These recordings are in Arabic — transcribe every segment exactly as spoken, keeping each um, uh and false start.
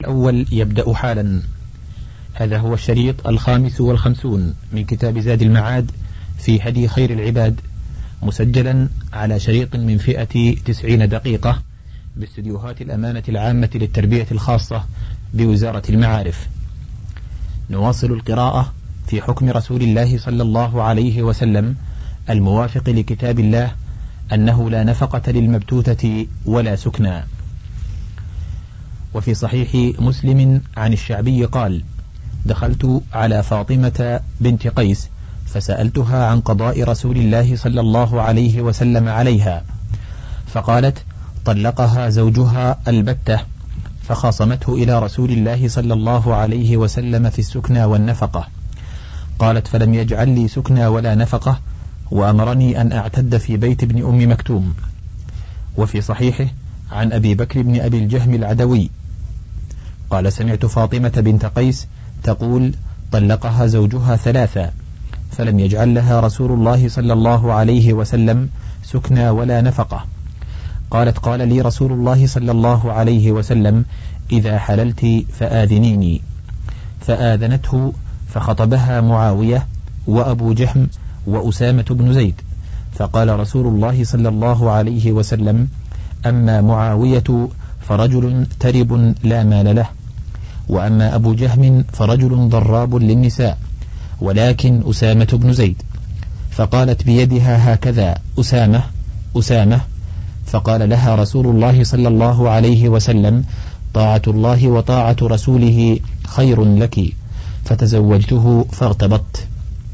الأول يبدأ حالا. هذا هو الشريط الخامس والخمسون من كتاب زاد المعاد في هدي خير العباد، مسجلا على شريط من فئة تسعين دقيقة باستديوهات الأمانة العامة للتربية الخاصة بوزارة المعارف. نواصل القراءة في حكم رسول الله صلى الله عليه وسلم الموافق لكتاب الله أنه لا نفقة للمبتوتة ولا سكنى. وفي صحيح مسلم عن الشعبي قال: دخلت على فاطمة بنت قيس فسألتها عن قضاء رسول الله صلى الله عليه وسلم عليها، فقالت: طلقها زوجها البتة، فخاصمته إلى رسول الله صلى الله عليه وسلم في السكنى والنفقة. قالت: فلم يجعل لي سكنى ولا نفقة، وأمرني أن أعتد في بيت ابن أم مكتوم. وفي صحيحه عن أبي بكر بن أبي الجهم العدوي قال: سمعت فاطمة بنت قيس تقول: طلقها زوجها ثلاثة، فلم يجعل لها رسول الله صلى الله عليه وسلم سكنى ولا نفقة. قالت: قال لي رسول الله صلى الله عليه وسلم: إذا حللت فآذنيني. فآذنته، فخطبها معاوية وأبو جهم وأسامة بن زيد، فقال رسول الله صلى الله عليه وسلم: أما معاوية فرجل ترب لا مال له، وأما أبو جهم فرجل ضراب للنساء، ولكن أسامة بن زيد. فقالت بيدها هكذا: أسامة أسامة. فقال لها رسول الله صلى الله عليه وسلم: طاعة الله وطاعة رسوله خير لك. فتزوجته فارتبطت.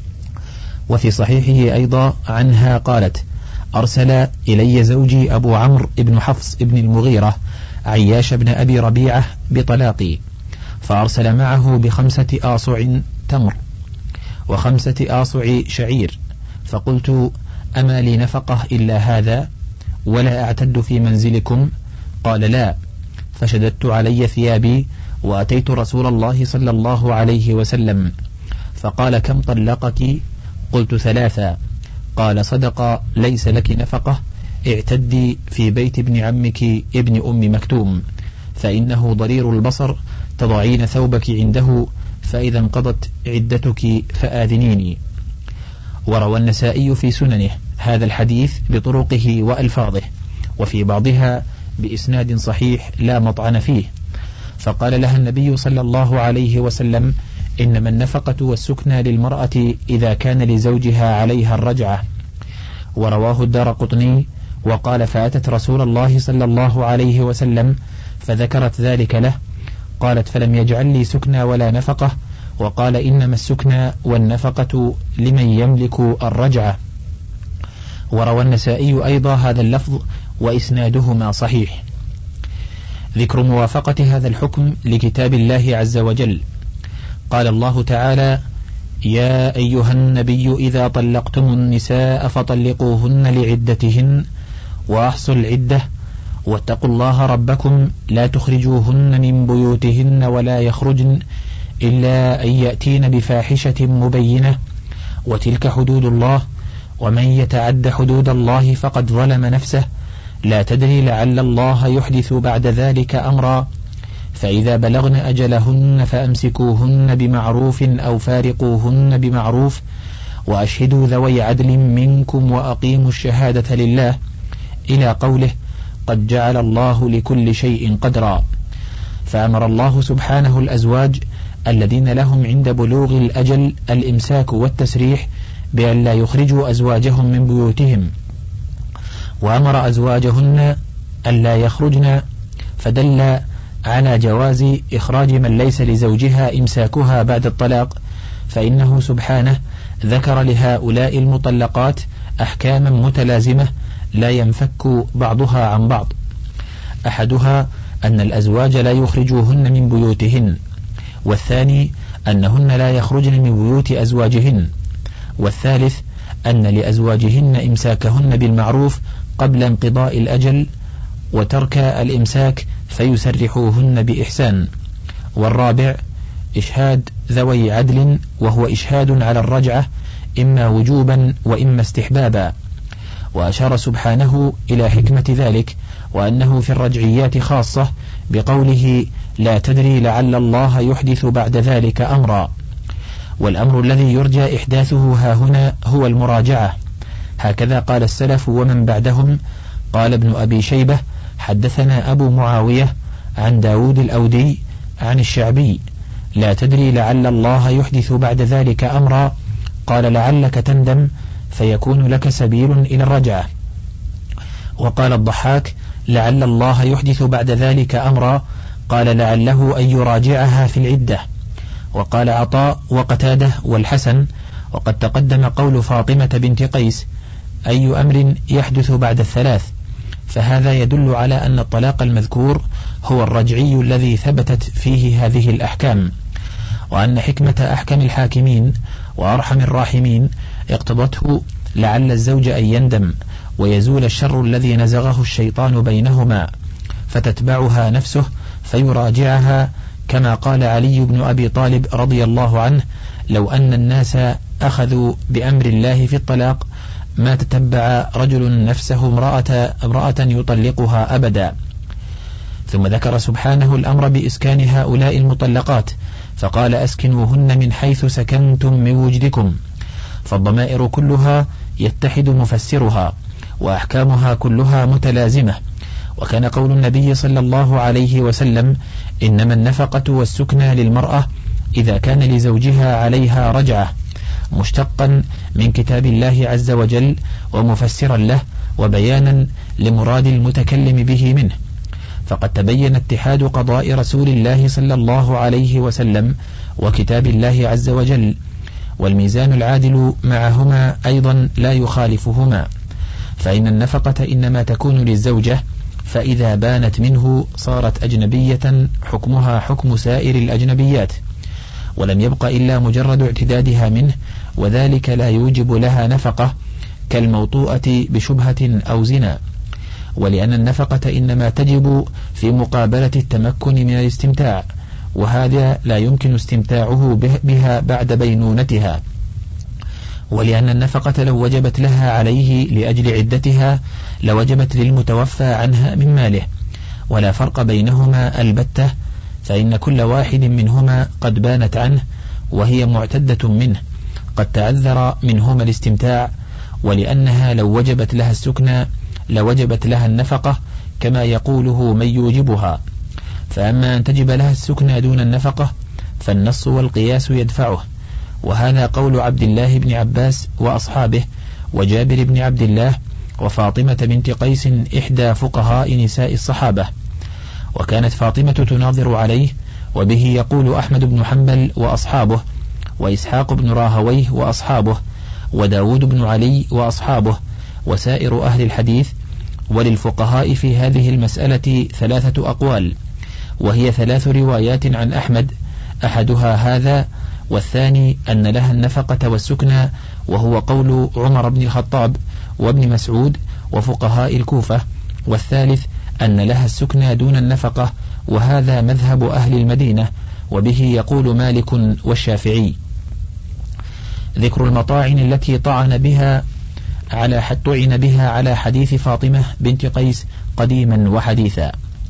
وفي صحيحه أيضا عنها قالت: أرسل إلي زوجي أبو عمرو بن حفص بن المغيرة عياش بن أبي ربيعة بطلاقي، فأرسل معه بخمسة آصع تمر وخمسة آصع شعير، فقلت: أما لي نفقة إلا هذا ولا أعتد في منزلكم؟ قال: لا. فشددت علي ثيابي وأتيت رسول الله صلى الله عليه وسلم، فقال: كم طلقك؟ قلت: ثلاثة. قال: صدق، ليس لك نفقة، اعتدي في بيت ابن عمك ابن أم مكتوم، فإنه ضرير البصر، تضعين ثوبك عنده، فإذا انقضت عدتك فآذنيني. وروى النسائي في سننه هذا الحديث بطرقه وألفاظه، وفي بعضها بإسناد صحيح لا مطعن فيه. فقال لها النبي صلى الله عليه وسلم: إنما النفقة والسكنى للمرأة إذا كان لزوجها عليها الرجعة. ورواه الدارقطني وقال: فأتت رسول الله صلى الله عليه وسلم فذكرت ذلك له. قالت: فلم يجعل لي سكنى ولا نفقة، وقال: إنما السكنى والنفقة لمن يملك الرجعة. وروى النسائي أيضا هذا اللفظ وإسنادهما صحيح. ذكر موافقة هذا الحكم لكتاب الله عز وجل. قال الله تعالى: يا أيها النبي إذا طلقتم النساء فطلقوهن لعدتهن وأحصوا العدة واتقوا الله ربكم لا تخرجوهن من بيوتهن ولا يخرجن إلا أن يأتين بفاحشة مبينة، وتلك حدود الله، ومن يتعد حدود الله فقد ظلم نفسه، لا تدري لعل الله يحدث بعد ذلك أمرا. فإذا بلغن أجلهن فأمسكوهن بمعروف أو فارقوهن بمعروف، وأشهدوا ذوي عدل منكم وأقيموا الشهادة لله، إلى قوله: قد جعل الله لكل شيء قدرا. فأمر الله سبحانه الأزواج الذين لهم عند بلوغ الأجل الإمساك والتسريح بأن لا يخرجوا أزواجهم من بيوتهم، وأمر أزواجهن أن لا يخرجن، فدل على جواز إخراج من ليس لزوجها إمساكها بعد الطلاق، فإنه سبحانه ذكر لهؤلاء المطلقات أحكاما متلازمة لا ينفك بعضها عن بعض. أحدها أن الأزواج لا يخرجوهن من بيوتهن، والثاني أنهن لا يخرجن من بيوت أزواجهن، والثالث أن لأزواجهن إمساكهن بالمعروف قبل انقضاء الأجل وترك الإمساك فيسرحوهن بإحسان، والرابع إشهاد ذوي عدل، وهو إشهاد على الرجعة إما وجوبا وإما استحبابا. وأشار سبحانه إلى حكمة ذلك، وأنه في الرجعيات خاصة بقوله لا تدري لعل الله يحدث بعد ذلك أمرا. والأمر الذي يرجى إحداثه ها هنا هو المراجعة، هكذا قال السلف ومن بعدهم. قال ابن أبي شيبة حدثنا أبو معاوية عن داود الأودي عن الشعبي: لا تدري لعل الله يحدث بعد ذلك أمرا، قال لعلك تندم فيكون لك سبيل إلى الرجعة. وقال الضحاك: لعل الله يحدث بعد ذلك أمرا، قال لعله أن يراجعها في العدة. وقال عطاء وقتاده والحسن: وقد تقدم قول فاطمة بنت قيس: أي أمر يحدث بعد الثلاث، فهذا يدل على أن الطلاق المذكور هو الرجعي الذي ثبتت فيه هذه الأحكام، وأن حكمة أحكم الحاكمين وأرحم الراحمين اقتضته لعل الزوج أن يندم ويزول الشر الذي نزغه الشيطان بينهما، فتتبعها نفسه فيراجعها، كما قال علي بن أبي طالب رضي الله عنه: لو أن الناس أخذوا بأمر الله في الطلاق ما تتبع رجل نفسه امرأة, امرأة يطلقها أبدا. ثم ذكر سبحانه الأمر بإسكان هؤلاء المطلقات، فقال: أسكنوهن من حيث سكنتم من وجدكم، فالضمائر كلها يتحد مفسرها وأحكامها كلها متلازمة. وكان قول النبي صلى الله عليه وسلم: إنما النفقة والسكنى للمرأة إذا كان لزوجها عليها رجعة، مشتقا من كتاب الله عز وجل ومفسرا له وبيانا لمراد المتكلم به منه. فقد تبين اتحاد قضاء رسول الله صلى الله عليه وسلم وكتاب الله عز وجل، والميزان العادل معهما أيضا لا يخالفهما، فإن النفقة إنما تكون للزوجة، فإذا بانت منه صارت أجنبية حكمها حكم سائر الأجنبيات، ولم يبق إلا مجرد اعتدادها منه، وذلك لا يوجب لها نفقة كالموطوءة بشبهة أو زنا. ولأن النفقة إنما تجب في مقابلة التمكن من الاستمتاع، وهذا لا يمكن استمتاعه بها بعد بينونتها. ولأن النفقة لو وجبت لها عليه لأجل عدتها لوجبت للمتوفى عنها من ماله، ولا فرق بينهما البتة، فإن كل واحد منهما قد بانت عنه وهي معتدة منه، قد تعذر منهما الاستمتاع. ولأنها لو وجبت لها السكنى لوجبت لها النفقة كما يقوله من يوجبها. فأما أن تجب لها السكنى دون النفقة فالنص والقياس يدفعه، وهذا قول عبد الله بن عباس وأصحابه وجابر بن عبد الله وفاطمة بنت قيس إحدى فقهاء نساء الصحابة. وكانت فاطمة تناظر عليه، وبه يقول أحمد بن حنبل وأصحابه، وإسحاق بن راهويه وأصحابه، وداود بن علي وأصحابه، وسائر أهل الحديث. وللفقهاء في هذه المسألة ثلاثة أقوال، وهي ثلاث روايات عن أحمد، أحدها هذا، والثاني أن لها النفقة والسكنى، وهو قول عمر بن الخطاب وابن مسعود وفقهاء الكوفة، والثالث أن لها السكنى دون النفقة، وهذا مذهب أهل المدينة، وبه يقول مالك والشافعي. ذكر المطاعن التي طعن بها على طعن بها على حديث فاطمة بنت قيس قديما وحديثا.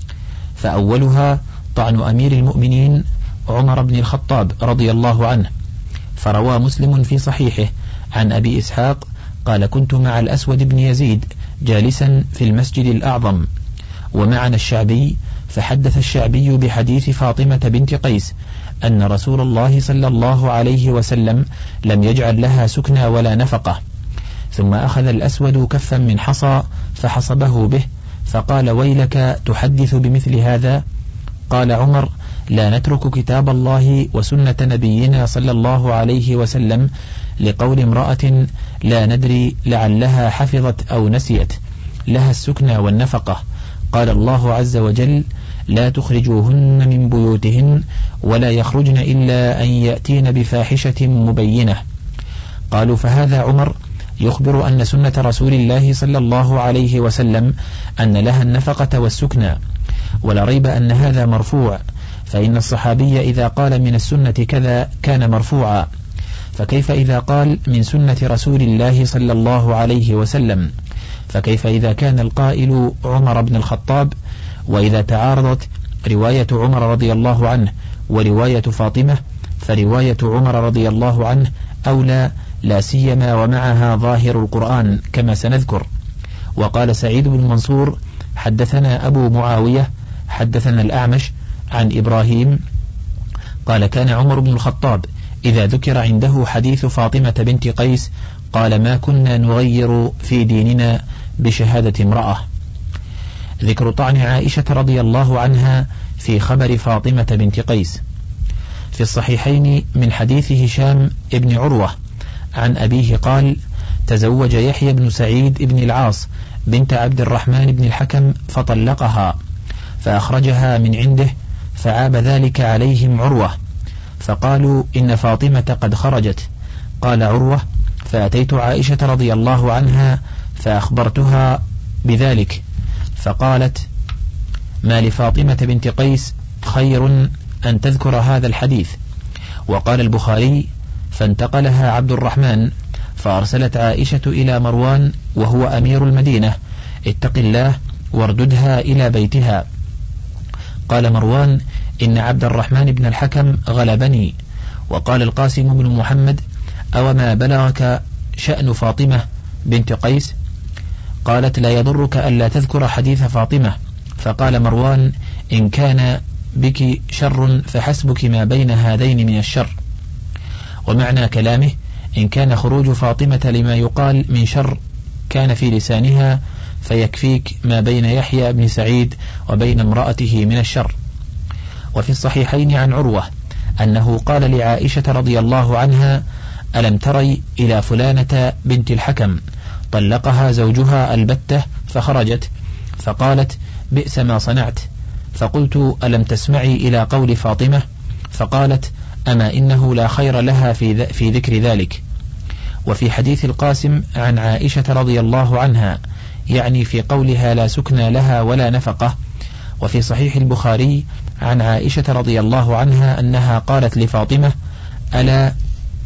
فأولها طعن أمير المؤمنين عمر بن الخطاب رضي الله عنه، فروى مسلم في صحيحه عن أبي إسحاق قال: كنت مع الأسود بن يزيد جالسا في المسجد الأعظم ومعنا الشعبي، فحدث الشعبي بحديث فاطمة بنت قيس أن رسول الله صلى الله عليه وسلم لم يجعل لها سكنى ولا نفقة. ثم أخذ الأسود كفا من حصى فحصبه به، فقال: ويلك تحدث بمثل هذا؟ قال عمر: لا نترك كتاب الله وسنة نبينا صلى الله عليه وسلم لقول امرأة لا ندري لعلها حفظت أو نسيت لها السكنى والنفقة. قال الله عز وجل: لا تخرجوهن من بيوتهن ولا يخرجن إلا أن يأتين بفاحشة مبينة. قالوا: فهذا عمر يخبر أن سنة رسول الله صلى الله عليه وسلم أن لها النفقة والسكنى، ولا ريب أن هذا مرفوع، فإن الصحابي إذا قال من السنة كذا كان مرفوعا، فكيف إذا قال من سنة رسول الله صلى الله عليه وسلم؟ فكيف إذا كان القائل عمر بن الخطاب؟ وإذا تعارضت رواية عمر رضي الله عنه ورواية فاطمة، فرواية عمر رضي الله عنه أولى، لا سيما ومعها ظاهر القرآن كما سنذكر. وقال سعيد بن منصور حدثنا أبو معاوية حدثنا الأعمش عن إبراهيم قال كان عمر بن الخطاب إذا ذكر عنده حديث فاطمة بنت قيس قال ما كنا نغير في ديننا بشهادة امرأة. ذكر طعن عائشة رضي الله عنها في خبر فاطمة بنت قيس. في الصحيحين من حديث هشام ابن عروة عن أبيه قال تزوج يحيى بن سعيد بن العاص بنت عبد الرحمن بن الحكم فطلقها فأخرجها من عنده، فعاب ذلك عليهم عروة فقالوا إن فاطمة قد خرجت. قال عروة فأتيت عائشة رضي الله عنها فأخبرتها بذلك فقالت ما لفاطمة بنت قيس خير أن تذكر هذا الحديث. وقال البخاري فانتقلها عبد الرحمن فأرسلت عائشة إلى مروان وهو أمير المدينة اتق الله وارددها إلى بيتها. قال مروان إن عبد الرحمن بن الحكم غلبني. وقال القاسم بن محمد أو ما بلغك شأن فاطمة بنت قيس؟ قالت لا يضرك ألا تذكر حديث فاطمة. فقال مروان إن كان بك شر فحسبك ما بين هذين من الشر. ومعنى كلامه إن كان خروج فاطمة لما يقال من شر كان في لسانها فيكفيك ما بين يحيى بن سعيد وبين امرأته من الشر. وفي الصحيحين عن عروة أنه قال لعائشة رضي الله عنها ألم تري إلى فلانة بنت الحكم طلقها زوجها البتة فخرجت؟ فقالت بئس ما صنعت. فقلت ألم تسمعي إلى قول فاطمة؟ فقالت أما إنه لا خير لها في, في ذكر ذلك. وفي حديث القاسم عن عائشة رضي الله عنها يعني في قولها لا سكنى لها ولا نفقة. وفي صحيح البخاري عن عائشة رضي الله عنها أنها قالت لفاطمة ألا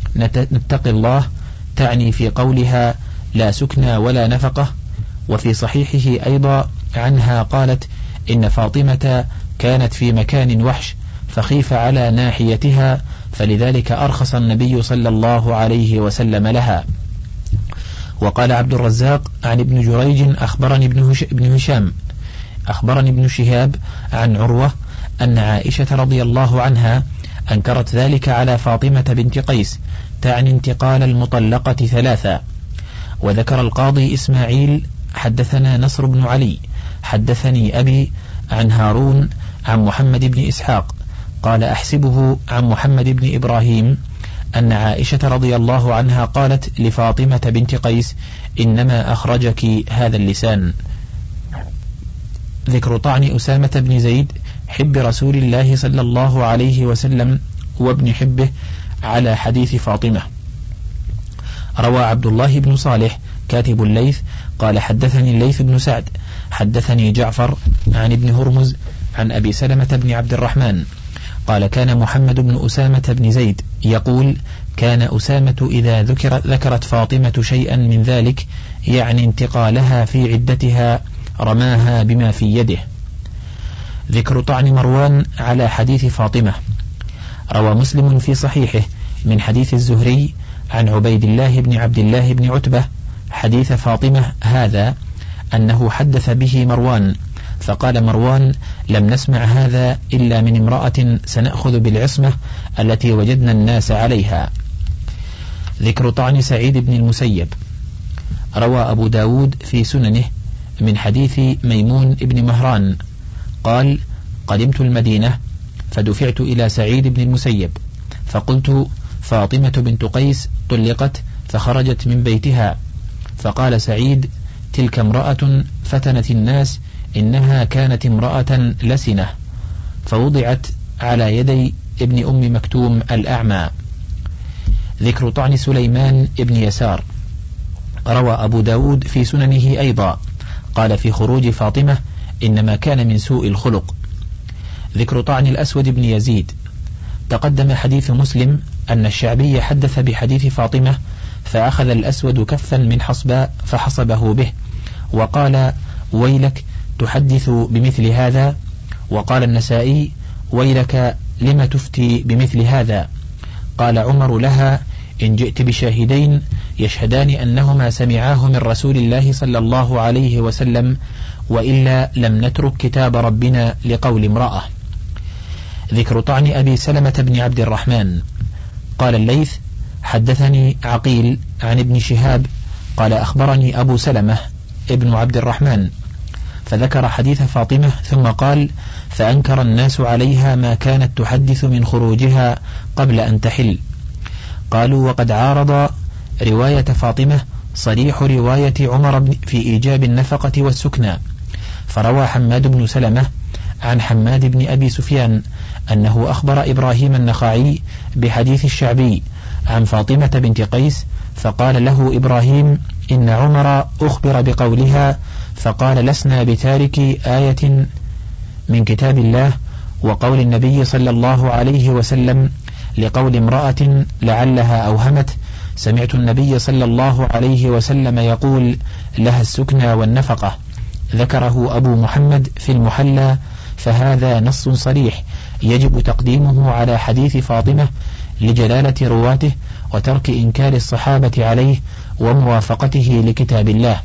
نتقي الله، تعني في قولها لا سكنى ولا نفقة. وفي صحيحه أيضا عنها قالت إن فاطمة كانت في مكان وحش فخيف على ناحيتها فلذلك أرخص النبي صلى الله عليه وسلم لها. وقال عبد الرزاق عن ابن جريج أخبرني ابن هشام أخبرني ابن شهاب عن عروة أن عائشة رضي الله عنها أنكرت ذلك على فاطمة بنت قيس، تعني انتقال المطلقة ثلاثة. وذكر القاضي إسماعيل حدثنا نصر بن علي حدثني أبي عن هارون عن محمد بن إسحاق قال أحسبه عن محمد بن إبراهيم أن عائشة رضي الله عنها قالت لفاطمة بنت قيس إنما أخرجك هذا اللسان. ذكر طعن أسامة بن زيد حب رسول الله صلى الله عليه وسلم وابن حبه على حديث فاطمة. روى عبد الله بن صالح كاتب الليث قال حدثني الليث بن سعد حدثني جعفر عن ابن هرمز عن أبي سلمة بن عبد الرحمن قال كان محمد بن أسامة بن زيد يقول كان أسامة إذا ذكر ذكرت فاطمة شيئا من ذلك يعني انتقالها في عدتها رماها بما في يده. ذكر طعن مروان على حديث فاطمة. روى مسلم في صحيحه من حديث الزهري عن عبيد الله بن عبد الله بن عتبة حديث فاطمة هذا أنه حدث به مروان فقال مروان لم نسمع هذا إلا من امرأة سنأخذ بالعصمة التي وجدنا الناس عليها. ذكر طعن سعيد بن المسيب. روى أبو داود في سننه من حديث ميمون بن مهران قال قدمت المدينة فدفعت إلى سعيد بن المسيب فقلت فاطمة بنت قيس طلقت فخرجت من بيتها، فقال سعيد تلك امرأة فتنت الناس إنها كانت امرأة لسنة فوضعت على يدي ابن أم مكتوم الأعمى. ذكر طعن سليمان بن يسار. روى أبو داود في سننه أيضا قال في خروج فاطمة إنما كان من سوء الخلق. ذكر طعن الأسود بن يزيد. تقدم حديث مسلم أن الشعبي حدث بحديث فاطمة فأخذ الأسود كفا من حصباء فحصبه به وقال ويلك تحدث بمثل هذا، وقال النسائي: ويلك لم تفتي بمثل هذا؟ قال عمر لها: إن جئت بشاهدين يشهدان أنهما سمعاه من رسول الله صلى الله عليه وسلم، وإلا لم نترك كتاب ربنا لقول امرأة. ذكر طعن أبي سلمة بن عبد الرحمن. قال الليث: حدثني عقيل عن ابن شهاب قال أخبرني أبو سلمة ابن عبد الرحمن، فذكر حديث فاطمة ثم قال: فأنكر الناس عليها ما كانت تحدث من خروجها قبل أن تحل. قالوا: وقد عارض رواية فاطمة صريح رواية عمر في إيجاب النفقة والسكنى، فروى حماد بن سلمة عن حماد بن أبي سفيان أنه أخبر إبراهيم النخعي بحديث الشعبي عن فاطمة بنت قيس، فقال له إبراهيم: إن عمر أخبر بقولها فقال: لسنا بتارك آية من كتاب الله، وقول النبي صلى الله عليه وسلم لقول امرأة لعلها أوهمت: سمعت النبي صلى الله عليه وسلم يقول لها السكنى والنفقة. ذكره أبو محمد في المحلى، فهذا نص صريح يجب تقديمه على حديث فاطمة لجلالة رواته وترك إنكار الصحابة عليه وموافقته لكتاب الله.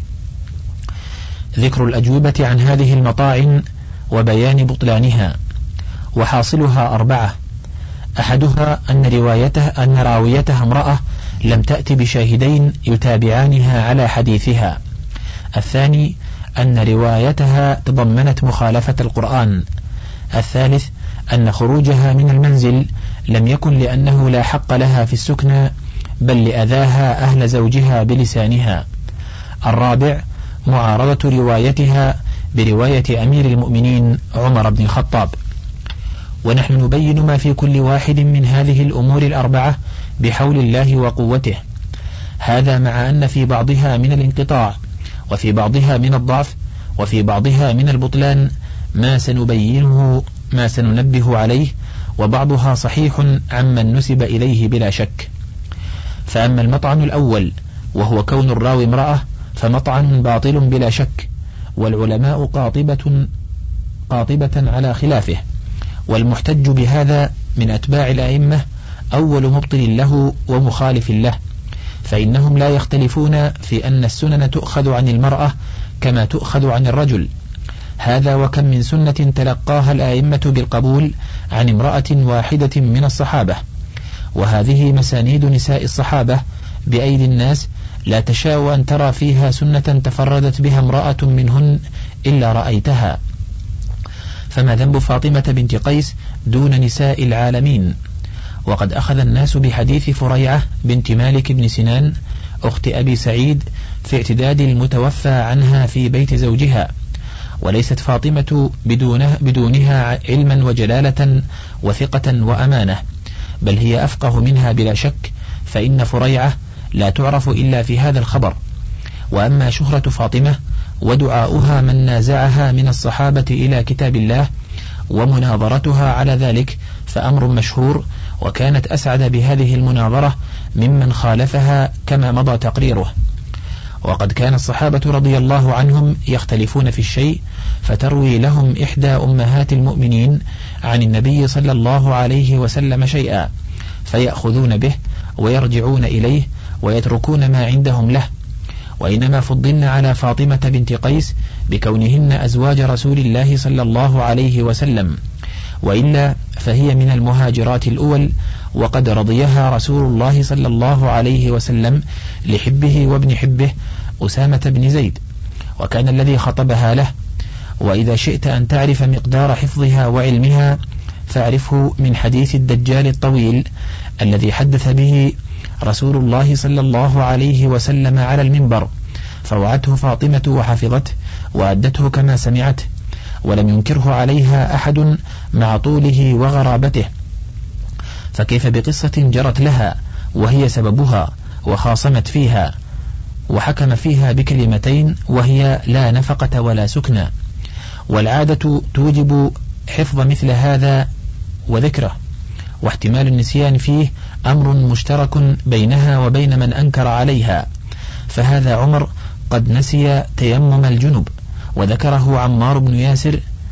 ذكر الأجوبة عن هذه المطاعن وبيان بطلانها. وحاصلها أربعة: أحدها أن روايته أن راويتها امرأة لم تأت بشاهدين يتابعانها على حديثها. الثاني أن روايتها تضمنت مخالفة القرآن. الثالث أن خروجها من المنزل لم يكن لأنه لا حق لها في السكنى، بل لأذاها أهل زوجها بلسانها. الرابع معارضة روايتها برواية أمير المؤمنين عمر بن الخطاب. ونحن نبين ما في كل واحد من هذه الأمور الأربعة بحول الله وقوته، هذا مع أن في بعضها من الانقطاع، وفي بعضها من الضعف، وفي بعضها من البطلان ما سنبينه ما سننبه عليه، وبعضها صحيح عمن نسب إليه بلا شك. فأما المطعن الأول وهو كون الراوي امرأة فمطعن باطل بلا شك، والعلماء قاطبة قاطبة على خلافه، والمحتج بهذا من أتباع الأئمة أول مبطل له ومخالف له، فإنهم لا يختلفون في أن السنن تؤخذ عن المرأة كما تؤخذ عن الرجل. هذا وكم من سنة تلقاها الأئمة بالقبول عن امرأة واحدة من الصحابة، وهذه مسانيد نساء الصحابة بأيدي الناس لا تشاء أن ترى فيها سنة تفردت بها امرأة منهن إلا رأيتها. فما ذنب فاطمة بنت قيس دون نساء العالمين؟ وقد أخذ الناس بحديث فريعة بنت مالك بن سنان أخت أبي سعيد في اعتداد المتوفى عنها في بيت زوجها، وليست فاطمة بدونه بدونها علما وجلالة وثقة وأمانة، بل هي أفقه منها بلا شك، فإن فريعة لا تعرف إلا في هذا الخبر. وأما شهرة فاطمة ودعاؤها من نازعها من الصحابة إلى كتاب الله ومناظرتها على ذلك فأمر مشهور، وكانت أسعد بهذه المناظرة ممن خالفها كما مضى تقريره. وقد كان الصحابة رضي الله عنهم يختلفون في الشيء، فتروي لهم إحدى أمهات المؤمنين عن النبي صلى الله عليه وسلم شيئا فيأخذون به ويرجعون إليه ويتركون ما عندهم له، وإنما فضلن على فاطمة بنت قيس بكونهن أزواج رسول الله صلى الله عليه وسلم، وإلا فهي من المهاجرات الأول، وقد رضيها رسول الله صلى الله عليه وسلم لحبه وابن حبه أسامة بن زيد، وكان الذي خطبها له. وإذا شئت أن تعرف مقدار حفظها وعلمها فاعرفه من حديث الدجال الطويل الذي حدث به رسول الله صلى الله عليه وسلم على المنبر، فوعته فاطمة وحفظته وأدته كما سمعته، ولم ينكره عليها أحد مع طوله وغرابته، فكيف بقصة جرت لها وهي سببها وخاصمت فيها وحكم فيها بكلمتين وهي لا نفقة ولا سكنى؟ والعادة توجب حفظ مثل هذا وذكره، واحتمال النسيان فيه أمر مشترك بينها وبين من أنكر عليها، فهذا عمر قد نسي تيمم الجنب وذكره عمار بن ياسر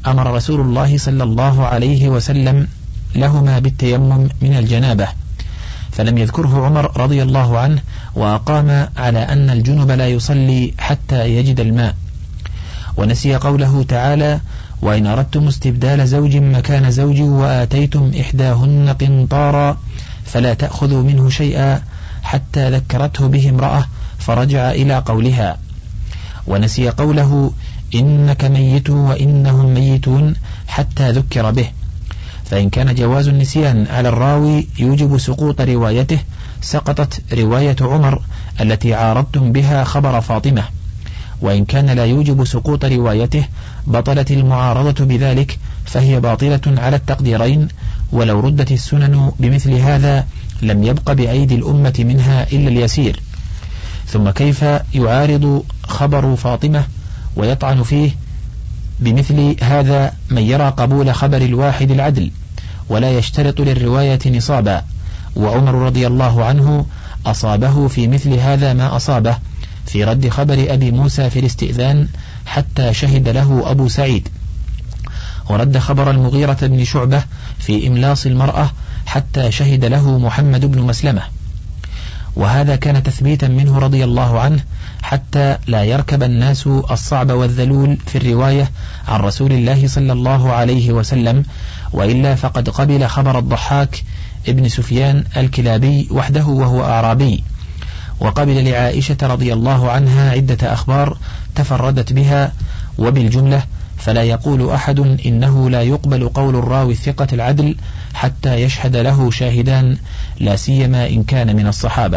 أمر رسول الله صلى الله عليه وسلم لهما بالتيمم من الجنابة، فلم يذكره عمر رضي الله عنه، وأقام على أن الجنب لا يصلي حتى يجد الماء. ونسي قوله تعالى: وإن أردتم استبدال زوج مكان زوج وآتيتم إحداهن قنطارا فلا تأخذوا منه شيئا، حتى ذكرته به امرأة فرجع إلى قولها. ونسي قوله: إنك ميت وإنهم ميتون، حتى ذكر به. فإن كان جواز النسيان على الراوي يوجب سقوط روايته، سقطت رواية عمر التي عارضتم بها خبر فاطمة. وإن كان لا يوجب سقوط روايته بطلت المعارضة بذلك، فهي باطلة على التقديرين. ولو ردت السنن بمثل هذا لم يبق بأيدي الأمة منها إلا اليسير. ثم كيف يعارض خبر فاطمة ويطعن فيه بمثل هذا من يرى قبول خبر الواحد العدل ولا يشترط للرواية نصابا؟ وعمر رضي الله عنه أصابه في مثل هذا ما أصابه في رد خبر أبي موسى في الاستئذان حتى شهد له أبو سعيد، ورد خبر المغيرة بن شعبة في إملاص المرأة حتى شهد له محمد بن مسلمة. وهذا كان تثبيتا منه رضي الله عنه، حتى لا يركب الناس الصعب والذلول في الرواية عن رسول الله صلى الله عليه وسلم، وإلا فقد قبل خبر الضحاك ابن سفيان الكلابي وحده وهو أعرابي، وقبل لعائشة رضي الله عنها عدة أخبار تفردت بها. وبالجملة فلا يقول أحد إنه لا يقبل قول الراوي الثقة العدل حتى يشهد له شاهدان، لا سيما إن كان من الصحابة.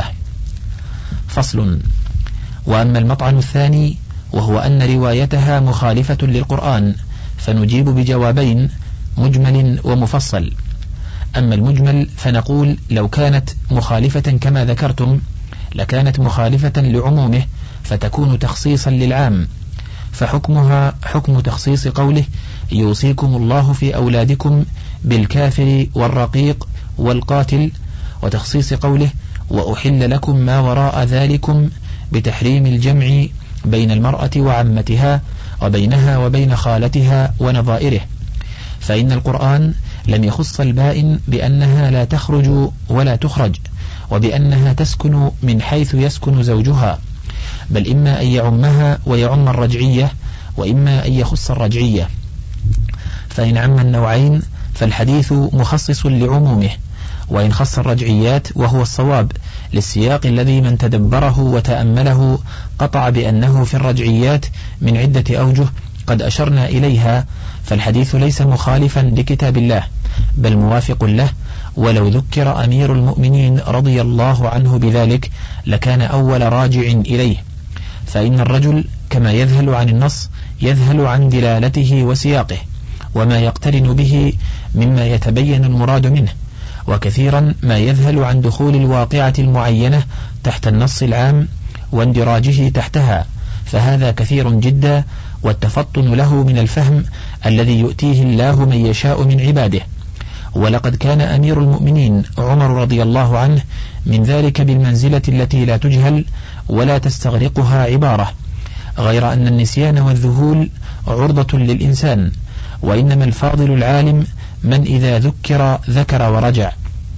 فصل. وأما المطعن الثاني وهو أن روايتها مخالفة للقرآن، فنجيب بجوابين: مجمل ومفصل. أما المجمل فنقول لو كانت مخالفة كما ذكرتم لكانت مخالفة لعمومه فتكون تخصيصا للعام، فحكمها حكم تخصيص قوله: يوصيكم الله في أولادكم بالكافر والرقيق والقاتل، وتخصيص قوله: وأحل لكم ما وراء ذلكم، بتحريم الجمع بين المرأة وعمتها وبينها وبين خالتها ونظائره. فإن القرآن لم يخص البائن بأنها لا تخرج ولا تخرج، وبأنها تسكن من حيث يسكن زوجها، بل إما أن يعمها ويعم الرجعية، وإما أن يخص الرجعية. فإن عم النوعين فالحديث مخصص لعمومه، وإن خص الرجعيات وهو الصواب للسياق الذي من تدبره وتأمله قطع بأنه في الرجعيات من عدة أوجه قد أشرنا إليها، فالحديث ليس مخالفا لكتاب الله بل موافق له. ولو ذكر أمير المؤمنين رضي الله عنه بذلك لكان أول راجع إليه، فإن الرجل كما يذهل عن النص يذهل عن دلالته وسياقه وما يقترن به مما يتبين المراد منه، وكثيرا ما يذهل عن دخول الواقعة المعينة تحت النص العام واندراجه تحتها، فهذا كثير جدا، والتفطن له من الفهم الذي يؤتيه الله من يشاء من عباده. ولقد كان أمير المؤمنين عمر رضي الله عنه من ذلك بالمنزلة التي لا تجهل ولا تستغرقها عبارة، غير أن النسيان والذهول عرضة للإنسان، وإنما الفاضل العالم من إذا ذكر ذكر ورجع.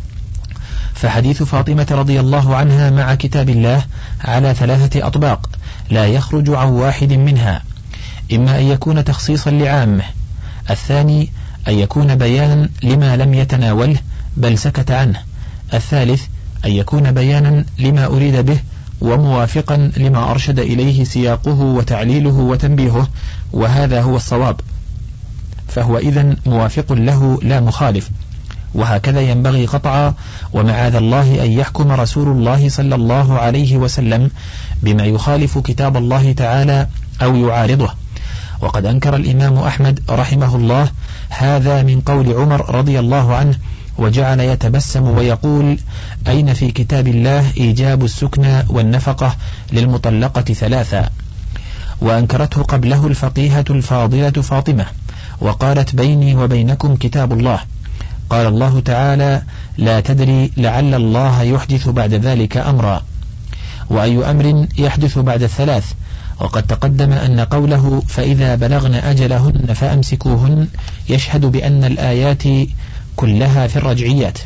فحديث فاطمة رضي الله عنها مع كتاب الله على ثلاثة أطباق لا يخرج عن واحد منها: إما أن يكون تخصيصا لعامه، الثاني أن يكون بيانا لما لم يتناوله بل سكت عنه، الثالث أن يكون بيانا لما أريد به وموافقا لما أرشد إليه سياقه وتعليله وتنبيهه، وهذا هو الصواب، فهو إذن موافق له لا مخالف. وهكذا ينبغي قطعا، ومعاذ الله أن يحكم رسول الله صلى الله عليه وسلم بما يخالف كتاب الله تعالى أو يعارضه. وقد أنكر الإمام أحمد رحمه الله هذا من قول عمر رضي الله عنه، وجعل يتبسم ويقول: أين في كتاب الله إيجاب السكنى والنفقة للمطلقة ثلاثا؟ وأنكرته قبله الفقيهة الفاضلة فاطمة، وقالت: بيني وبينكم كتاب الله. قال الله تعالى: لا تدري لعل الله يحدث بعد ذلك أمرا. وأي أمر يحدث بعد الثلاث؟ وقد تقدم أن قوله فإذا بلغن أجلهن فأمسكوهن يشهد بأن الآيات كلها في الرجعيات.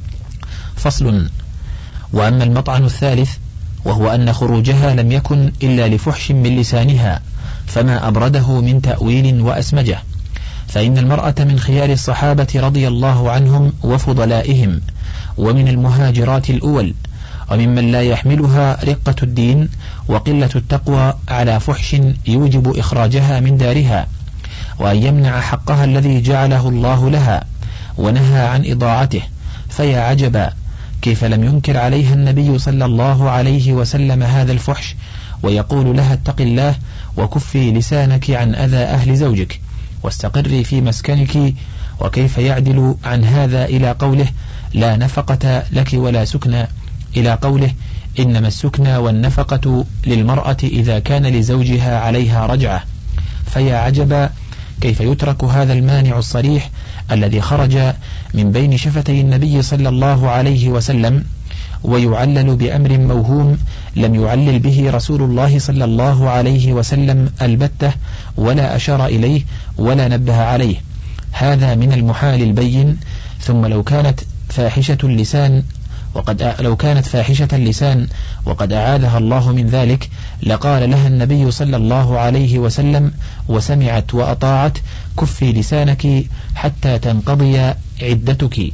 فصل. وأما المطعن الثالث وهو أن خروجها لم يكن إلا لفحش من لسانها فما أبرده من تأويل وأسمجه، فإن المرأة من خيار الصحابة رضي الله عنهم وفضلائهم ومن المهاجرات الأول، وممن لا يحملها رقة الدين وقلة التقوى على فحش يوجب إخراجها من دارها وأن يمنع حقها الذي جعله الله لها ونهى عن إضاعته. فيا عجبا كيف لم ينكر عليها النبي صلى الله عليه وسلم هذا الفحش ويقول لها اتق الله وكفي لسانك عن أذى أهل زوجك واستقري في مسكنك، وكيف يعدل عن هذا إلى قوله لا نفقة لك ولا سكنى إلى قوله إنما السكنى والنفقة للمرأة إذا كان لزوجها عليها رجعة. فيا عجبا كيف يترك هذا المانع الصريح الذي خرج من بين شفتي النبي صلى الله عليه وسلم ويعلل بأمر موهوم لم يعلل به رسول الله صلى الله عليه وسلم البتة ولا أشار إليه ولا نبه عليه. هذا من المحال البين. ثم لو كانت فاحشة اللسان وقد لو كانت فاحشة اللسان وقد أعاذها الله من ذلك لقال لها النبي صلى الله عليه وسلم وسمعت وأطاعت كفي لسانك حتى تنقضي عدتك،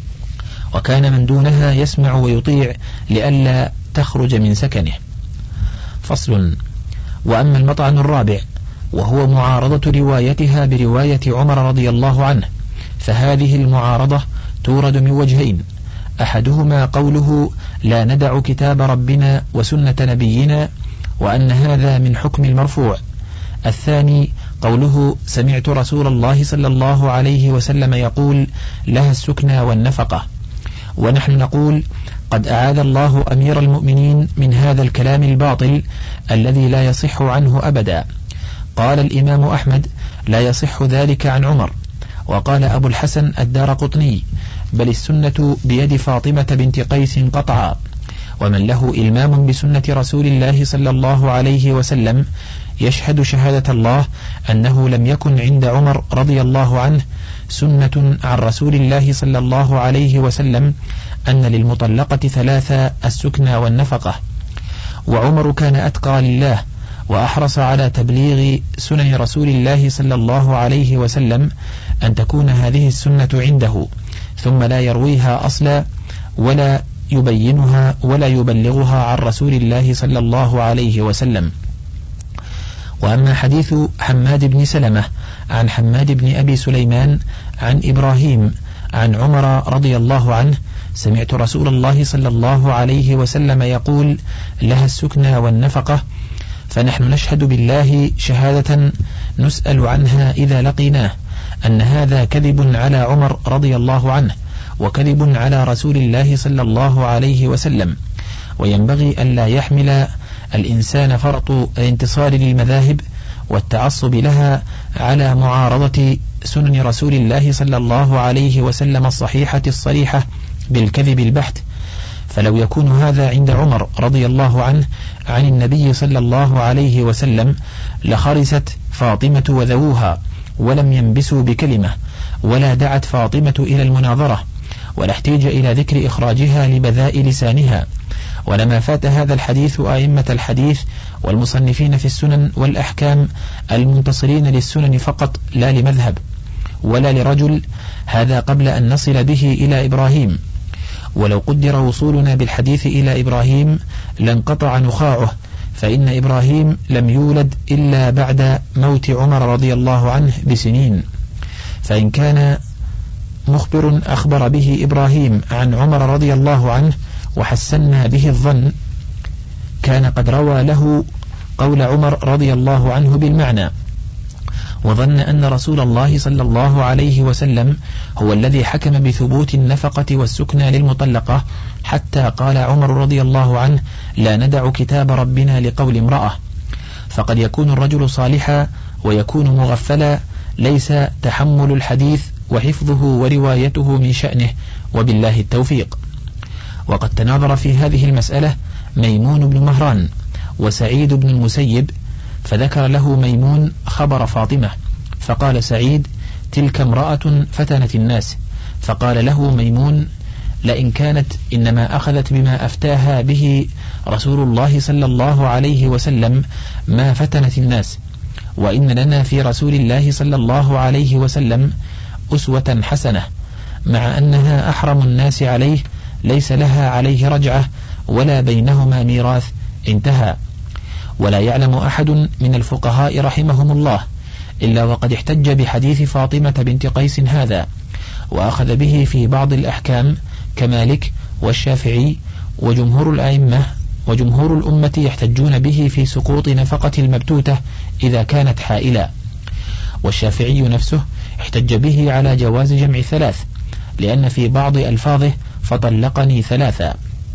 وكان من دونها يسمع ويطيع لئلا تخرج من سكنه. فصل. وأما المطعن الرابع وهو معارضة روايتها برواية عمر رضي الله عنه، فهذه المعارضة تورد من وجهين: أحدهما قوله لا ندع كتاب ربنا وسنة نبينا وأن هذا من حكم المرفوع. الثاني قوله سمعت رسول الله صلى الله عليه وسلم يقول لها السكنى والنفقة. ونحن نقول قد أعاذ الله أمير المؤمنين من هذا الكلام الباطل الذي لا يصح عنه أبدا. قال الإمام أحمد لا يصح ذلك عن عمر. وقال أبو الحسن الدارقطني بل السنة بيد فاطمة بنت قيس قطعا. ومن له إلمام بسنة رسول الله صلى الله عليه وسلم يشهد شهادة الله أنه لم يكن عند عمر رضي الله عنه سنة عن رسول الله صلى الله عليه وسلم أن للمطلقة ثلاثة السكنى والنفقة. وعمر كان أتقى لله وأحرص على تبليغ سنن رسول الله صلى الله عليه وسلم أن تكون هذه السنة عنده ثم لا يرويها أصلا ولا يبينها ولا يبلغها عن رسول الله صلى الله عليه وسلم. وأما حديث حماد بن سلمة عن حماد بن أبي سليمان عن إبراهيم عن عمر رضي الله عنه سمعت رسول الله صلى الله عليه وسلم يقول لها السكنى والنفقة، فنحن نشهد بالله شهادة نسأل عنها إذا لقيناه أن هذا كذب على عمر رضي الله عنه وكذب على رسول الله صلى الله عليه وسلم. وينبغي أن لا يحمل الإنسان فرط الانتصار للمذاهب والتعصب لها على معارضة سنن رسول الله صلى الله عليه وسلم الصحيحة الصريحة بالكذب البحت. فلو يكون هذا عند عمر رضي الله عنه عن النبي صلى الله عليه وسلم لخرست فاطمة وذووها ولم ينبسوا بكلمة ولا دعت فاطمة إلى المناظرة ولا احتاج إلى ذكر إخراجها لبذاء لسانها. ولما فات هذا الحديث أئمة الحديث والمصنفين في السنن والأحكام المنتصرين للسنن فقط لا لمذهب ولا لرجل، هذا قبل أن نصل به إلى إبراهيم. ولو قدر وصولنا بالحديث إلى إبراهيم لانقطع نخاعه، فإن إبراهيم لم يولد إلا بعد موت عمر رضي الله عنه بسنين. فإن كان مخبر أخبر به إبراهيم عن عمر رضي الله عنه وحسنا به الظن كان قد روى له قول عمر رضي الله عنه بالمعنى، وظن أن رسول الله صلى الله عليه وسلم هو الذي حكم بثبوت النفقة والسكنى للمطلقة، حتى قال عمر رضي الله عنه لا ندع كتاب ربنا لقول امرأة. فقد يكون الرجل صالحا ويكون مغفلا، ليس تحمل الحديث وحفظه وروايته من شأنه، وبالله التوفيق. وقد تناظر في هذه المسألة ميمون بن مهران وسعيد بن المسيب فذكر له ميمون خبر فاطمة، فقال سعيد: تلك امرأة فتنت الناس. فقال له ميمون: لئن كانت إنما أخذت بما أفتاها به رسول الله صلى الله عليه وسلم ما فتنت الناس، وإن لنا في رسول الله صلى الله عليه وسلم أسوة حسنة، مع أنها أحرم الناس عليه، ليس لها عليه رجعة ولا بينهما ميراث. انتهى. ولا يعلم أحد من الفقهاء رحمهم الله إلا وقد احتج بحديث فاطمة بنت قيس هذا، وأخذ به في بعض الأحكام كمالك والشافعي وجمهور الأئمة، وجمهور الأمة يحتجون به في سقوط نفقة المبتوتة إذا كانت حائلا. والشافعي نفسه احتج به على جواز جمع ثلاث، لأن في بعض ألفاظه فطلقني ثلاثا،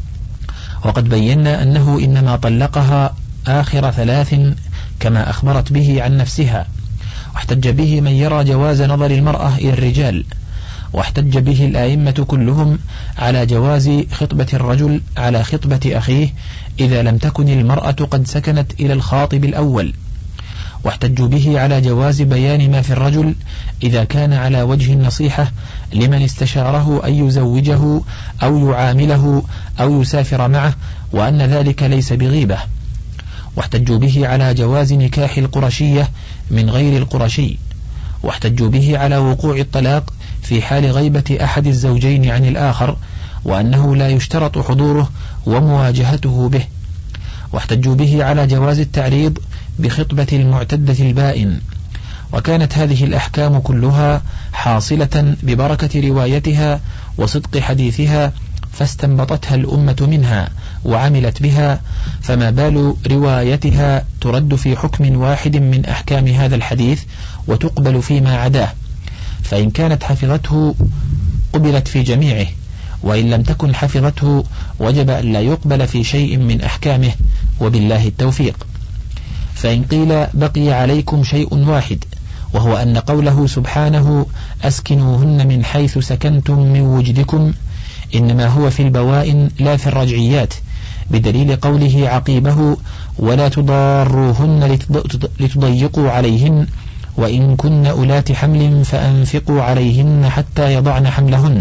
وقد بينا أنه إنما طلقها آخر ثلاث كما أخبرت به عن نفسها. واحتج به من يرى جواز نظر المرأة إلى الرجال، واحتج به الآئمة كلهم على جواز خطبة الرجل على خطبة أخيه إذا لم تكن المرأة قد سكنت إلى الخاطب الأول، واحتجوا به على جواز بيان ما في الرجل إذا كان على وجه النصيحة لمن استشاره أن يزوجه أو يعامله أو يسافر معه، وأن ذلك ليس بغيبة. واحتجوا به على جواز نكاح القرشية من غير القرشي، واحتجوا به على وقوع الطلاق في حال غيبة أحد الزوجين عن الآخر، وأنه لا يشترط حضوره ومواجهته به. واحتجوا به على جواز التعريض بخطبة المعتدة البائن. وكانت هذه الأحكام كلها حاصلة ببركة روايتها وصدق حديثها، فاستنبطتها الأمة منها وعملت بها، فما بال روايتها ترد في حكم واحد من أحكام هذا الحديث وتقبل فيما عداه، فإن كانت حفظته قبلت في جميعه، وإن لم تكن حفظته وجب أن لا يقبل في شيء من أحكامه، وبالله التوفيق. فإن قيل بقي عليكم شيء واحد، وهو أن قوله سبحانه أسكنوهن من حيث سكنتم من وجدكم إنما هو في البوائن لا في الرجعيات، بدليل قوله عقيبه ولا تضاروهن لتضيقوا عليهن وإن كن أولات حمل فأنفقوا عليهن حتى يضعن حملهن.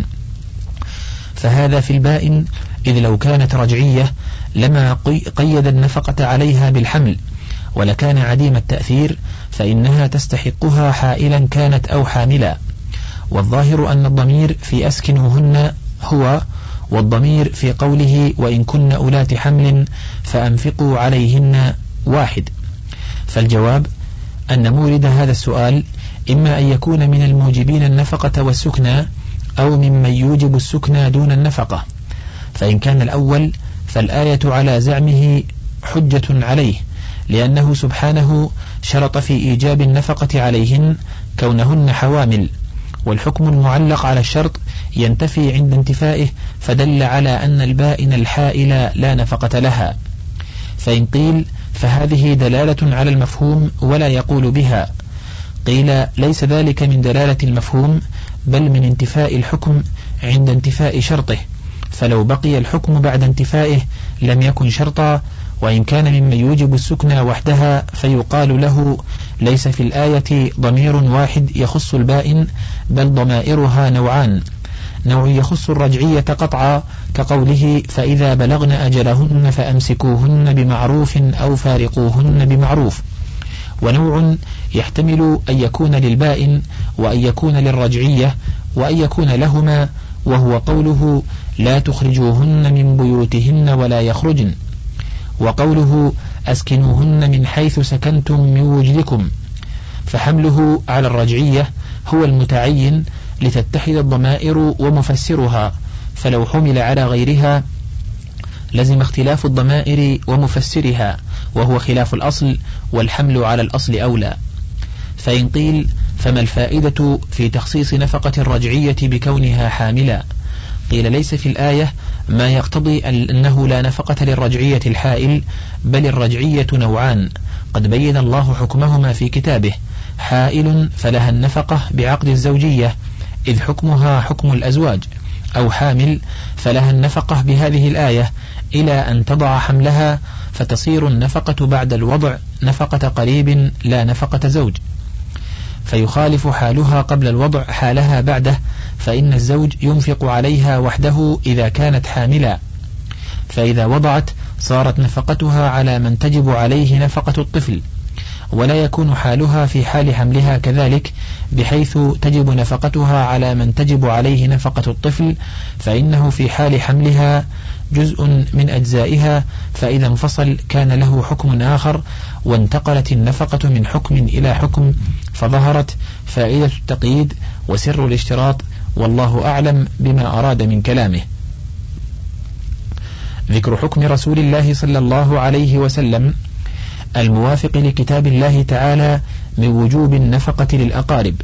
فهذا في البائن، إذ لو كانت رجعية لما قيد النفقة عليها بالحمل، ولكان عديم التأثير، فإنها تستحقها حائلا كانت أو حاملا. والظاهر أن الضمير في أسكنوهن هو، والضمير في قوله وإن كن أولات حمل فأنفقوا عليهن واحد. فالجواب أن مورد هذا السؤال إما أن يكون من الموجبين النفقة والسكنى، أو ممن يوجب السكنى دون النفقة. فإن كان الأول فالآية على زعمه حجة عليه، لأنه سبحانه شرط في إيجاب النفقة عليهن كونهن حوامل، والحكم المعلق على الشرط ينتفي عند انتفائه، فدل على أن البائن الحائل لا نفقة لها. فإن قيل فهذه دلالة على المفهوم ولا يقول بها، قيل ليس ذلك من دلالة المفهوم، بل من انتفاء الحكم عند انتفاء شرطه، فلو بقي الحكم بعد انتفائه لم يكن شرطا. وإن كان ممن يوجب السكنى وحدها فيقال له ليس في الآية ضمير واحد يخص البائن، بل ضمائرها نوعان: نوع يخص الرجعية قطعا كقوله فإذا بلغن أجلهن فأمسكوهن بمعروف أو فارقوهن بمعروف، ونوع يحتمل أن يكون للبائن وأن يكون للرجعية وأن يكون لهما، وهو قوله لا تخرجوهن من بيوتهن ولا يخرجن، وقوله أسكنوهن من حيث سكنتم من وجدكم. فحمله على الرجعية هو المتعين لتتحد الضمائر ومفسرها، فلو حمل على غيرها لزم اختلاف الضمائر ومفسرها، وهو خلاف الأصل، والحمل على الأصل أولى. فإن قيل فما الفائدة في تخصيص نفقة الرجعية بكونها حاملا؟ قيل ليس في الآية ما يقتضي أنه لا نفقة للرجعية الحائل، بل الرجعية نوعان قد بين الله حكمهما في كتابه: حائل فلها النفقة بعقد الزوجية إذ حكمها حكم الأزواج، أو حامل فلها النفقة بهذه الآية إلى أن تضع حملها، فتصير النفقة بعد الوضع نفقة قريب لا نفقة زوج، فيخالف حالها قبل الوضع حالها بعده، فإن الزوج ينفق عليها وحده إذا كانت حاملا، فإذا وضعت صارت نفقتها على من تجب عليه نفقة الطفل، ولا يكون حالها في حال حملها كذلك، بحيث تجب نفقتها على من تجب عليه نفقة الطفل، فإنه في حال حملها جزء من أجزائها، فإذا انفصل كان له حكم آخر، وانتقلت النفقة من حكم إلى حكم، فظهرت فائدة التقييد وسر الاشتراط، والله أعلم بما أراد من كلامه. ذكر حكم رسول الله صلى الله عليه وسلم الموافق لكتاب الله تعالى من وجوب النفقة للأقارب.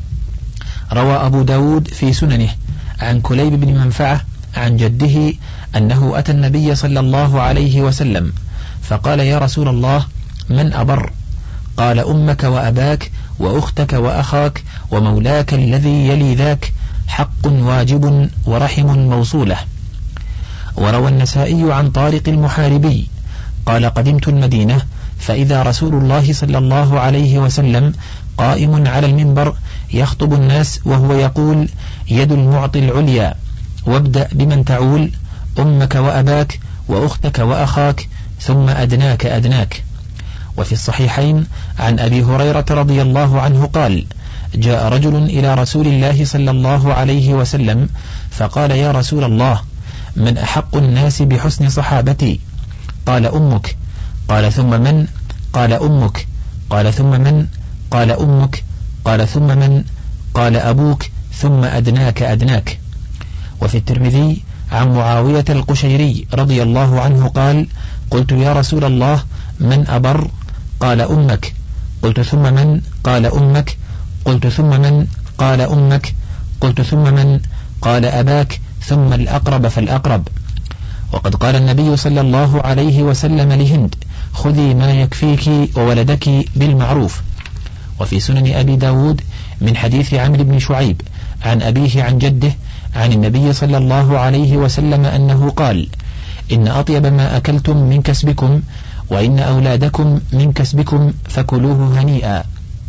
روى أبو داود في سننه عن كليب بن منفعة عن جده أنه أتى النبي صلى الله عليه وسلم فقال: يا رسول الله، من أبر؟ قال: أمك وأباك وأختك وأخاك ومولاك الذي يلي ذاك، حق واجب ورحم موصولة. وروى النسائي عن طارق المحاربي قال: قدمت المدينة فإذا رسول الله صلى الله عليه وسلم قائم على المنبر يخطب الناس وهو يقول: يد المعطي العليا، وابدأ بمن تعول، أمك وأباك وأختك وأخاك ثم أدناك أدناك. وفي الصحيحين عن أبي هريرة رضي الله عنه قال: جاء رجل إلى رسول الله صلى الله عليه وسلم فقال: يا رسول الله، من أحق الناس بحسن صحابتي؟ قال: أمك. قال: ثم من؟ قال: أمك. قال: ثم من؟ قال: أمك. قال: ثم من؟ قال: أبوك، ثم أدناك أدناك. وفي الترمذي عن معاوية القشيري رضي الله عنه قال: قلت: يا رسول الله، من أبر؟ قال: أمك. قلت: ثم من؟ قال: أمك. قلت: ثم من؟ قال: أمك. قلت: ثم من؟ قال: أباك، ثم الأقرب فالأقرب. وقد قال النبي صلى الله عليه وسلم لهند: خذي ما يكفيك وولدك بالمعروف. وفي سنن أبي داود من حديث عمرو بن شعيب عن أبيه عن جده عن النبي صلى الله عليه وسلم أنه قال: إن أطيب ما أكلتم من كسبكم، وإن أولادكم من كسبكم، فكلوه هنيئا.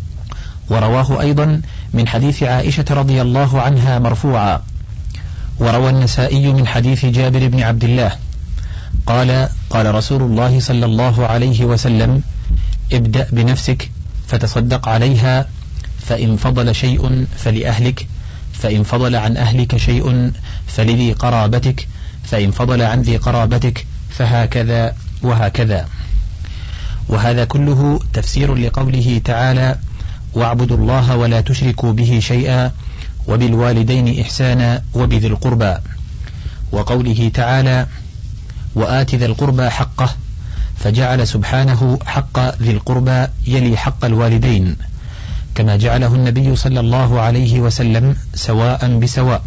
ورواه أيضا من حديث عائشة رضي الله عنها مرفوعا. وروى النسائي من حديث جابر بن عبد الله قال: قال رسول الله صلى الله عليه وسلم: ابدأ بنفسك فتصدق عليها، فإن فضل شيء فلأهلك، فإن فضل عن أهلك شيء فلذي قرابتك، فإن فضل عن ذي قرابتك، فهكذا وهكذا. وهذا كله تفسير لقوله تعالى: واعبدوا الله ولا تشركوا به شيئا، وبالوالدين إحسانا، وبذي القربى. وقوله تعالى: وآت ذا القربى حقه، فجعل سبحانه حق ذي القربى يلي حق الوالدين، كما جعله النبي صلى الله عليه وسلم سواء بسواء.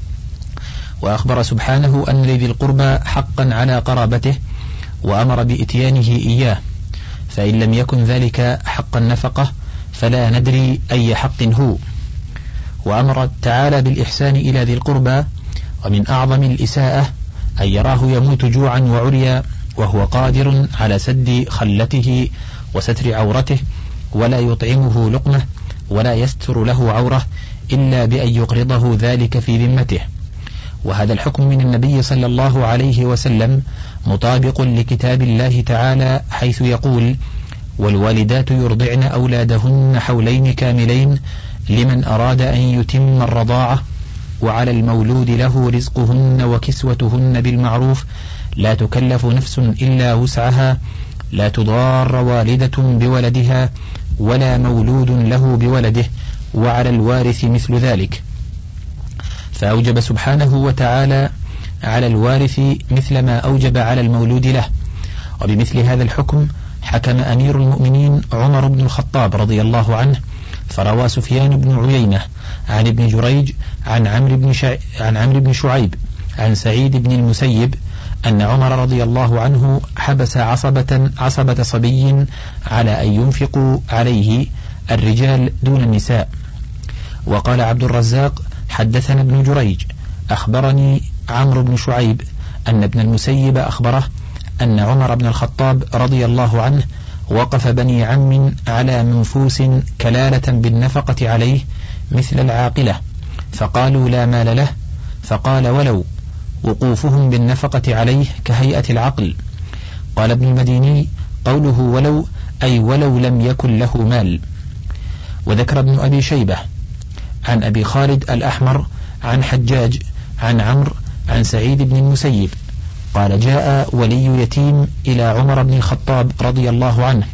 وأخبر سبحانه أن لذي القربى حقا على قرابته، وأمر بإتيانه إياه، فإن لم يكن ذلك حق النفقة فلا ندري أي حق هو. وأمر تعالى بالإحسان إلى ذي القربى، ومن أعظم الإساءة أن يراه يموت جوعا وعريا وهو قادر على سد خلته وستر عورته، ولا يطعمه لقمة ولا يستر له عورة إلا بأن يقرضه ذلك في ذمته. وهذا الحكم من النبي صلى الله عليه وسلم مطابق لكتاب الله تعالى، حيث يقول: والوالدات يرضعن أولادهن حولين كاملين لمن أراد أن يتم الرضاعة، وعلى المولود له رزقهن وكسوتهن بالمعروف، لا تكلف نفس إلا وسعها، لا تضار والدة بولدها ولا مولود له بولده، وعلى الوارث مثل ذلك. فأوجب سبحانه وتعالى على الوارث مثل ما أوجب على المولود له. وبمثل هذا الحكم حكم أمير المؤمنين عمر بن الخطاب رضي الله عنه، فروى سفيان بن عيينة عن ابن جريج عن عمرو بن شع... عن عمرو بن شعيب عن سعيد بن المسيب أن عمر رضي الله عنه حبس عصبة عصبة صبي على أن ينفقوا عليه الرجال دون النساء. وقال عبد الرزاق: حدثنا ابن جريج أخبرني عمرو بن شعيب أن ابن المسيب أخبره أن عمر بن الخطاب رضي الله عنه وقف بني عم على منفوس كلالة بالنفقة عليه مثل العاقلة، فقالوا لا مال له، فقال ولو وقوفهم بالنفقة عليه كهيئة العقل. قال ابن المديني قوله ولو أي ولو لم يكن له مال. وذكر ابن أبي شيبة عن أبي خالد الأحمر عن حجاج عن عمرو عن سعيد بن المسيب قال جاء ولي يتيم إلى عمر بن الخطاب رضي الله عنه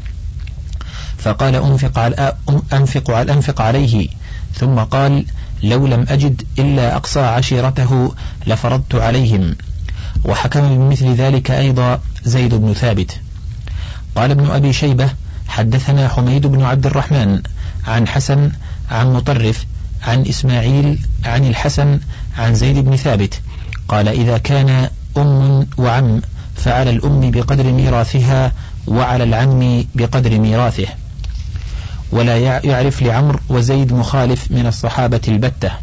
فقال أنفق, على أنفق, على أنفق عليه، ثم قال لو لم أجد إلا أقصى عشيرته لفرضت عليهم. وحكم بمثل ذلك أيضا زيد بن ثابت. قال ابن أبي شيبة حدثنا حميد بن عبد الرحمن عن حسن عن مطرف عن إسماعيل عن الحسن عن زيد بن ثابت قال إذا كان أم وعم فعلى الأم بقدر ميراثها وعلى العم بقدر ميراثه. ولا يعرف لعمر وزيد مخالف من الصحابة البتة.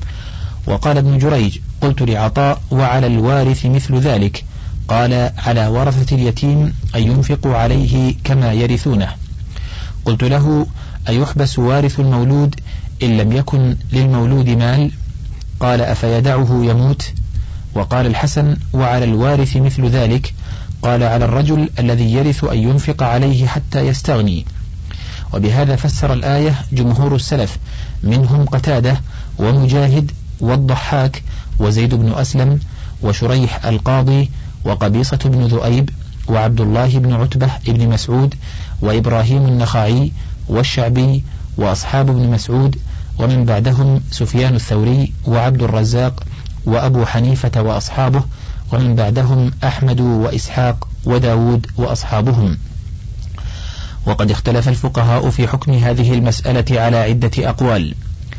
وقال ابن جريج قلت لعطاء وعلى الوارث مثل ذلك، قال على ورثة اليتيم أن ينفقوا عليه كما يرثونه. قلت له أيحبس وارث المولود إن لم يكن للمولود مال؟ قال أفيدعه يموت؟ وقال الحسن وعلى الوارث مثل ذلك، قال على الرجل الذي يرث أن ينفق عليه حتى يستغني. وبهذا فسر الآية جمهور السلف منهم قتادة ومجاهد والضحاك وزيد بن أسلم وشريح القاضي وقبيصة بن ذؤيب وعبد الله بن عتبة بن مسعود وإبراهيم النخعي والشعبي وأصحاب ابن مسعود، ومن بعدهم سفيان الثوري وعبد الرزاق وأبو حنيفة وأصحابه، ومن بعدهم أحمد وإسحاق وداود وأصحابهم. وقد اختلف الفقهاء في حكم هذه المسألة على عدة أقوال.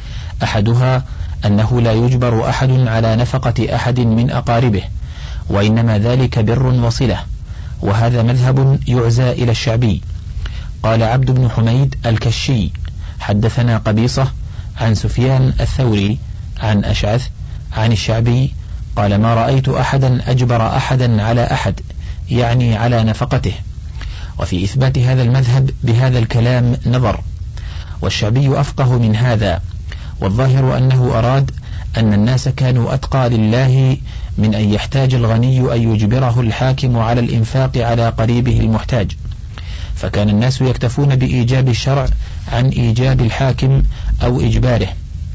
أحدها أنه لا يجبر أحد على نفقة أحد من أقاربه، وإنما ذلك بر وصلة، وهذا مذهب يعزى إلى الشعبي. قال عبد بن حميد الكشي حدثنا قبيصة عن سفيان الثوري عن أشعث عن الشعبي قال ما رأيت أحدا أجبر أحدا على أحد، يعني على نفقته. وفي إثبات هذا المذهب بهذا الكلام نظر، والشعبي أفقه من هذا، والظاهر أنه أراد أن الناس كانوا أتقى لله من أن يحتاج الغني أن يجبره الحاكم على الإنفاق على قريبه المحتاج، فكان الناس يكتفون بإيجاب الشرع عن إيجاب الحاكم أو إجباره.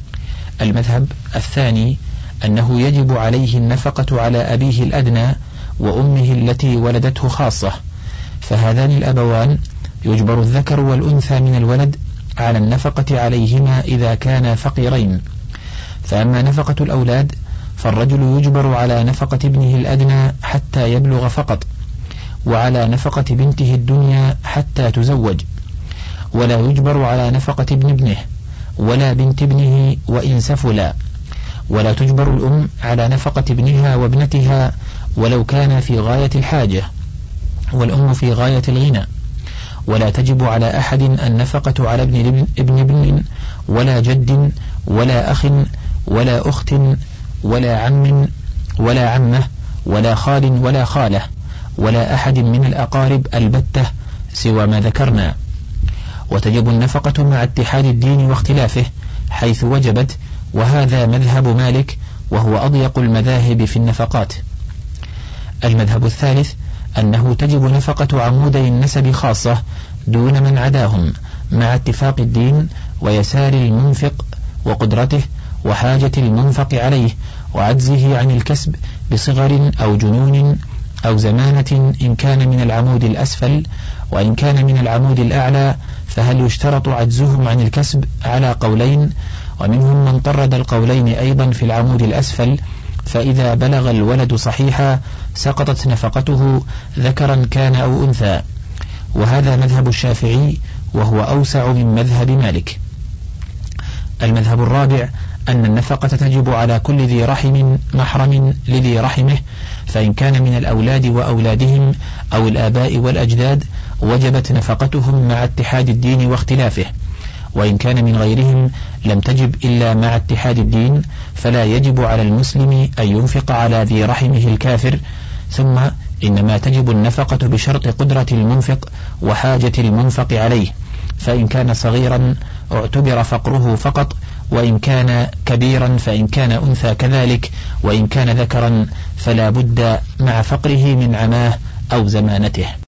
المذهب الثاني أنه يجب عليه النفقة على أبيه الأدنى وأمه التي ولدته خاصة، فهذان الأبوان يجبر الذكر والأنثى من الولد على النفقة عليهما إذا كانا فقيرين. فأما نفقة الأولاد فالرجل يجبر على نفقة ابنه الأدنى حتى يبلغ فقط، وعلى نفقة بنته الدنيا حتى تزوج، ولا يجبر على نفقة ابن ابنه ولا بنت ابنه وإن سفلا، ولا تجبر الأم على نفقة ابنها وابنتها ولو كان في غاية الحاجة والأم في غاية الغنى، ولا تجب على أحد النفقة على ابن ابن, ابن, ابن ولا جد ولا أخ ولا أخت ولا عم ولا عمة ولا خال ولا خالة ولا أحد من الأقارب البتة سوى ما ذكرنا. وتجب النفقة مع اتحاد الدين واختلافه حيث وجبت، وهذا مذهب مالك وهو أضيق المذاهب في النفقات. المذهب الثالث أنه تجب نفقة عمودي النسب خاصة دون من عداهم مع اتفاق الدين ويسار المنفق وقدرته وحاجة المنفق عليه وعجزه عن الكسب بصغر أو جنون أو زمانة إن كان من العمود الأسفل، وإن كان من العمود الأعلى فهل يشترط عجزهم عن الكسب على قولين، ومنهم من طرد القولين أيضا في العمود الأسفل، فإذا بلغ الولد صحيحا سقطت نفقته ذكرا كان أو أنثى، وهذا مذهب الشافعي وهو أوسع من مذهب مالك. المذهب الرابع أن النفقة تجب على كل ذي رحم محرم لذي رحمه، فإن كان من الأولاد وأولادهم أو الآباء والأجداد وجبت نفقتهم مع اتحاد الدين واختلافه، وإن كان من غيرهم لم تجب إلا مع اتحاد الدين، فلا يجب على المسلم أن ينفق على ذي رحمه الكافر. ثم إنما تجب النفقة بشرط قدرة المنفق وحاجة المنفق عليه، فإن كان صغيرا اعتبر فقره فقط، وإن كان كبيرا فإن كان أنثى كذلك، وإن كان ذكرا فلا بد مع فقره من عماه أو زمانته.